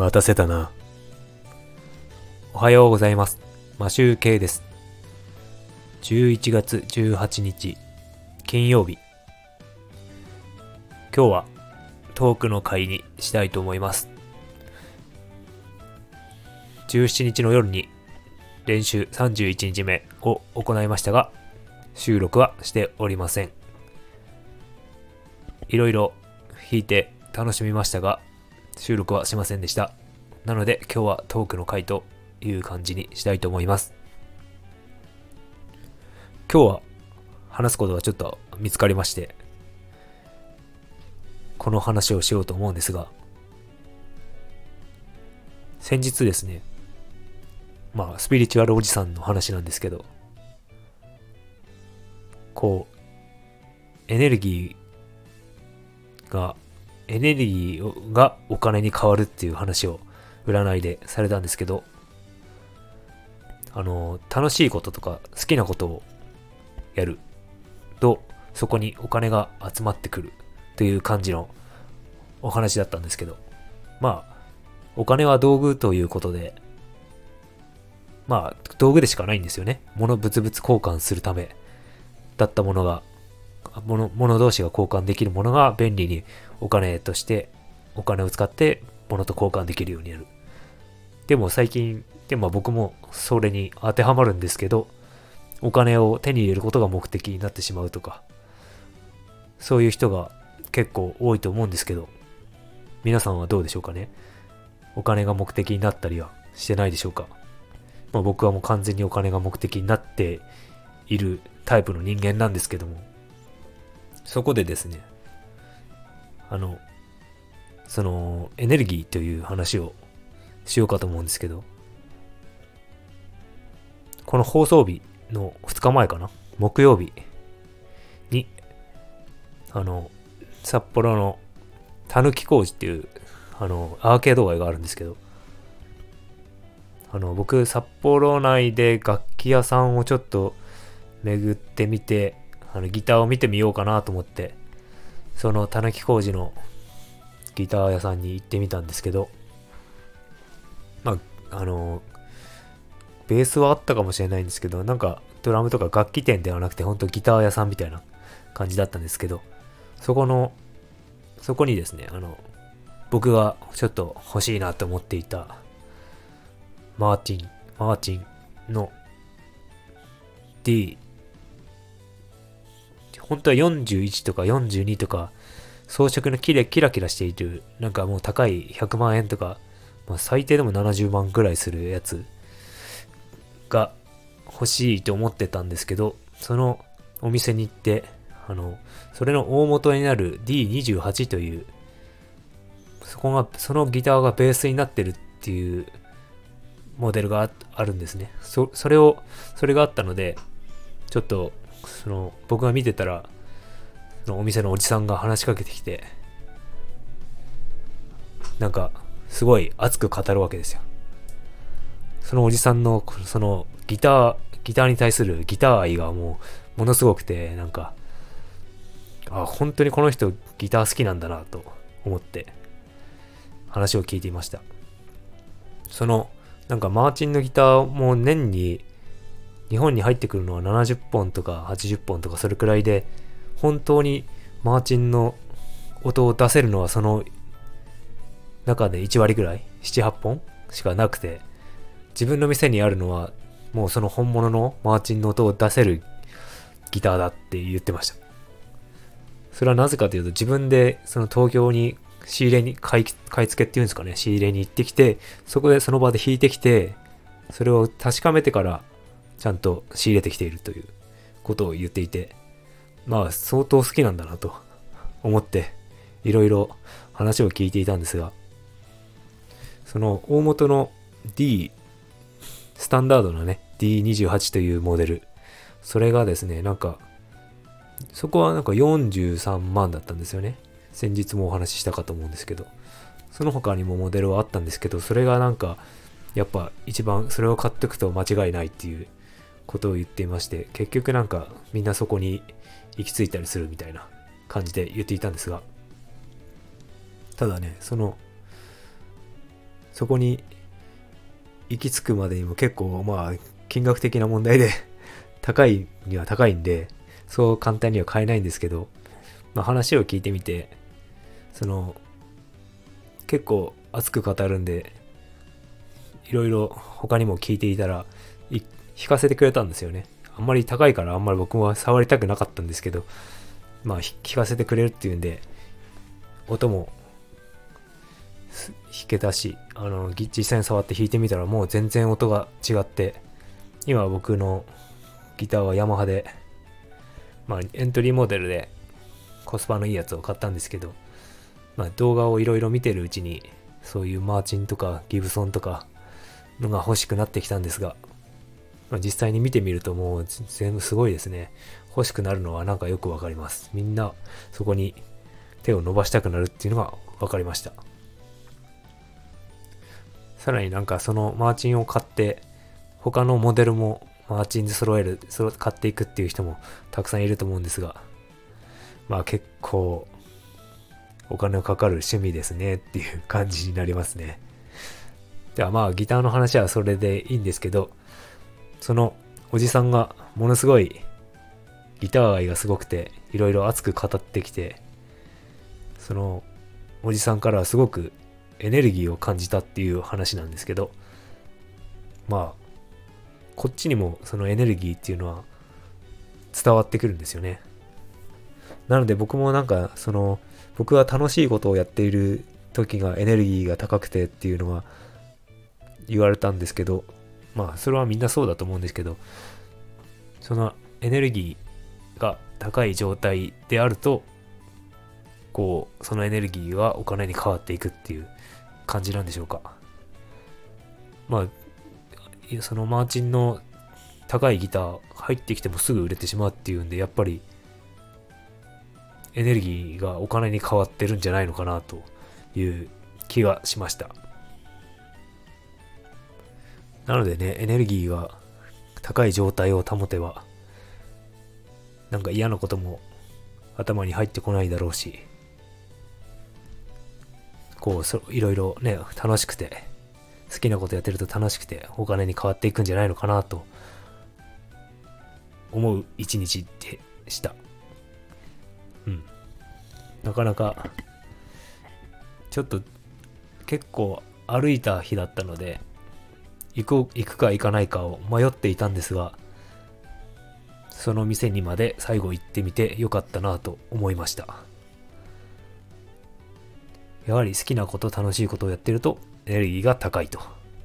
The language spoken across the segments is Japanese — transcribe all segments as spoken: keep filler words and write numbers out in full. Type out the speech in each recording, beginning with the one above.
待たせたな。おはようございます。マシューケイです。じゅういちがつじゅうはちにち金曜日。今日はトークの会にしたいと思います。じゅうしちにちの夜に練習さんじゅういちにちめを行いましたが、収録はしておりません。いろいろ弾いて楽しみましたが、収録はしませんでした。なので今日はトークの回という感じにしたいと思います。今日は話すことがちょっと見つかりまして、この話をしようと思うんですが、先日ですね、まあスピリチュアルおじさんの話なんですけど、こうエネルギーがエネルギーがお金に変わるっていう話を占いでされたんですけど、あの楽しいこととか好きなことをやるとそこにお金が集まってくるという感じのお話だったんですけど、まあお金は道具ということで、まあ道具でしかないんですよね。物物々交換するためだったものが物物同士が交換できるものが便利にお金としてお金を使って物と交換できるようになる。でも最近でも僕もそれに当てはまるんですけど、お金を手に入れることが目的になってしまうとか、そういう人が結構多いと思うんですけど、皆さんはどうでしょうかね。お金が目的になったりはしてないでしょうか。まあ、僕はもう完全にお金が目的になっているタイプの人間なんですけども、そこでですね、あのそのエネルギーという話をしようかと思うんですけど、この放送日のふつかまえかな、木曜日にあの札幌のたぬき工事っていうあのアーケード街があるんですけど、あの僕札幌内で楽器屋さんをちょっと巡ってみて、あのギターを見てみようかなと思って、そのたぬき工事のギター屋さんに行ってみたんですけど、まああのベースはあったかもしれないんですけど、なんかドラムとか楽器店ではなくて本当ギター屋さんみたいな感じだったんですけど、そこのそこにですね、あの僕がちょっと欲しいなと思っていたマーティンマーティンの D、 本当はよんじゅういちとかよんじゅうにとか装飾のキラキラキラしている、なんかもう高いひゃくまんえんとか、まあ、最低でもななじゅうまんくらいするやつが欲しいと思ってたんですけど、そのお店に行って、あのそれの大元になる ディーにじゅうはち という、そこがそのギターがベースになってるっていうモデルが あ, あるんですね。そそれをそれがあったので、ちょっとその僕が見てたら、そのお店のおじさんが話しかけてきて、なんかすごい熱く語るわけですよ。そのおじさんのそのギターギターに対するギター愛がもうものすごくて、なんかあ本当にこの人ギター好きなんだなと思って話を聞いていました。そのなんかマーチンのギターも年に日本に入ってくるのはななじゅっぽんとかはちじゅっぽんとかそれくらいで、本当にマーチンの音を出せるのはその中でいちわりぐらい、なな、はっぽんしかなくて、自分の店にあるのはもうその本物のマーチンの音を出せるギターだって言ってました。それはなぜかというと、自分でその東京に仕入れに買い、買い付けっていうんですかね、仕入れに行ってきて、そこでその場で弾いてきて、それを確かめてからちゃんと仕入れてきているということを言っていて、まあ相当好きなんだなと思っていろいろ話を聞いていたんですが、その大元の D スタンダードなね ディーにじゅうはち というモデル、それがですね、なんかそこはなんかよんじゅうさんまんだったんですよね。先日もお話ししたかと思うんですけど、その他にもモデルはあったんですけど、それがなんかやっぱ一番それを買っておくと間違いないっていうことを言っていまして、結局なんかみんなそこに行き着いたりするみたいな感じで言っていたんですが、ただね、そのそこに行き着くまでにも結構まあ金額的な問題で高いには高いんで、そう簡単には買えないんですけど、まあ、話を聞いてみて、その結構熱く語るんで、いろいろ他にも聞いていたら弾かせてくれたんですよね。あんまり高いからあんまり僕は触りたくなかったんですけど、まあ弾かせてくれるっていうんで、音も弾けたし、あの実際に触って弾いてみたらもう全然音が違って、今僕のギターはヤマハで、まあエントリーモデルでコスパのいいやつを買ったんですけど、まあ動画をいろいろ見てるうちにそういうマーチンとかギブソンとかのが欲しくなってきたんですが、まあ、実際に見てみるともう全部すごいですね。欲しくなるのはなんかよくわかります。みんなそこに手を伸ばしたくなるっていうのがわかりました。さらになんかそのマーチンを買って他のモデルもマーチンで揃える、揃買っていくっていう人もたくさんいると思うんですが、まあ結構お金のかかる趣味ですねっていう感じになりますね。ではまあギターの話はそれでいいんですけど、そのおじさんがものすごいギター愛がすごくていろいろ熱く語ってきて、そのおじさんからはすごくエネルギーを感じたっていう話なんですけど、まあこっちにもそのエネルギーっていうのは伝わってくるんですよね。なので僕もなんかその僕が楽しいことをやっている時がエネルギーが高くてっていうのは言われたんですけど、まあそれはみんなそうだと思うんですけど、そのエネルギーが高い状態であると、こうそのエネルギーはお金に変わっていくっていう感じなんでしょうか。まあそのマーチンの高いギター入ってきてもすぐ売れてしまうっていうんで、やっぱりエネルギーがお金に変わってるんじゃないのかなという気がしました。なのでね、エネルギーが高い状態を保てば、なんか嫌なことも頭に入ってこないだろうし、こうそいろいろね、楽しくて好きなことやってると楽しくてお金に変わっていくんじゃないのかなと思う一日でした。うん。なかなかちょっと結構歩いた日だったので、行く行くか行かないかを迷っていたんですが、その店にまで最後行ってみてよかったなと思いました。やはり好きなこと、楽しいことをやってるとエネルギーが高いと。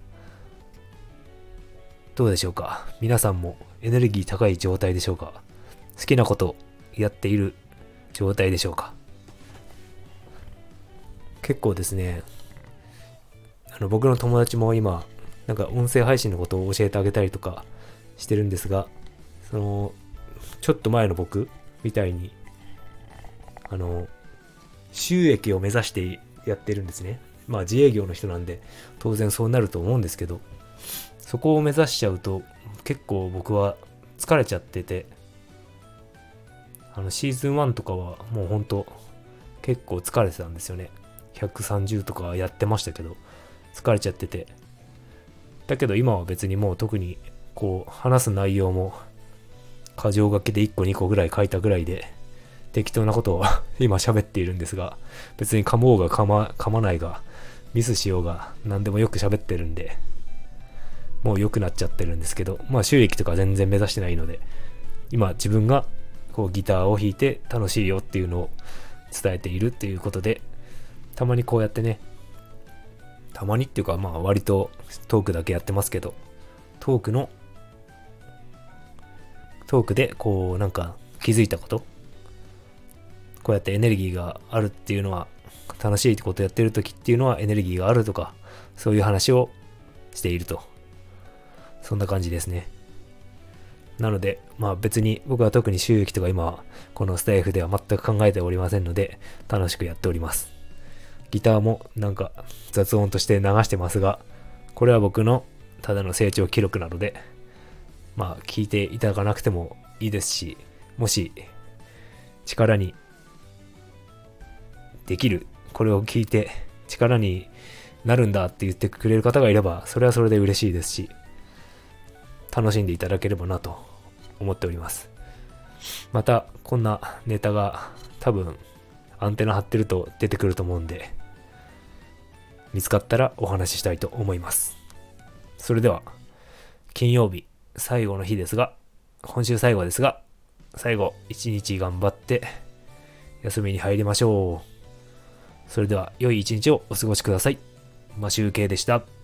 どうでしょうか。皆さんもエネルギー高い状態でしょうか。好きなことやっている状態でしょうか。結構ですね、あの僕の友達も今なんか音声配信のことを教えてあげたりとかしてるんですが、そのちょっと前の僕みたいにあの収益を目指してやってるんですね。まあ自営業の人なんで当然そうなると思うんですけど、そこを目指しちゃうと結構僕は疲れちゃってて、あのシーズンワンとかはもうほんと結構疲れてたんですよね。ひゃくさんじゅうとかやってましたけど疲れちゃってて、だけど今は別にもう特にこう話す内容も箇条書きでいっこにこぐらい書いたぐらいで適当なことを今喋っているんですが、別に噛もうが噛ま、噛まないがミスしようが何でもよく喋ってるんで、もう良くなっちゃってるんですけど、まあ収益とか全然目指してないので、今自分がこうギターを弾いて楽しいよっていうのを伝えているっていうことで、たまにこうやってね、たまにっていうかまあ割とトークだけやってますけど、トークのトークでこうなんか気づいたこと、こうやってエネルギーがあるっていうのは、楽しいことやってる時っていうのはエネルギーがあるとか、そういう話をしていると、そんな感じですね。なのでまあ別に僕は特に収益とか今このスタイフでは全く考えておりませんので、楽しくやっております。ギターもなんか雑音として流してますが、これは僕のただの成長記録なので、まあ聞いていただかなくてもいいですし、もし力にできる、これを聞いて力になるんだって言ってくれる方がいれば、それはそれで嬉しいですし、楽しんでいただければなと思っております。またこんなネタが多分アンテナ張ってると出てくると思うんで、見つかったらお話ししたいと思います。それでは金曜日最後の日ですが、今週最後ですが、最後一日頑張って休みに入りましょう。それでは良い一日をお過ごしください。マシュウケイでした。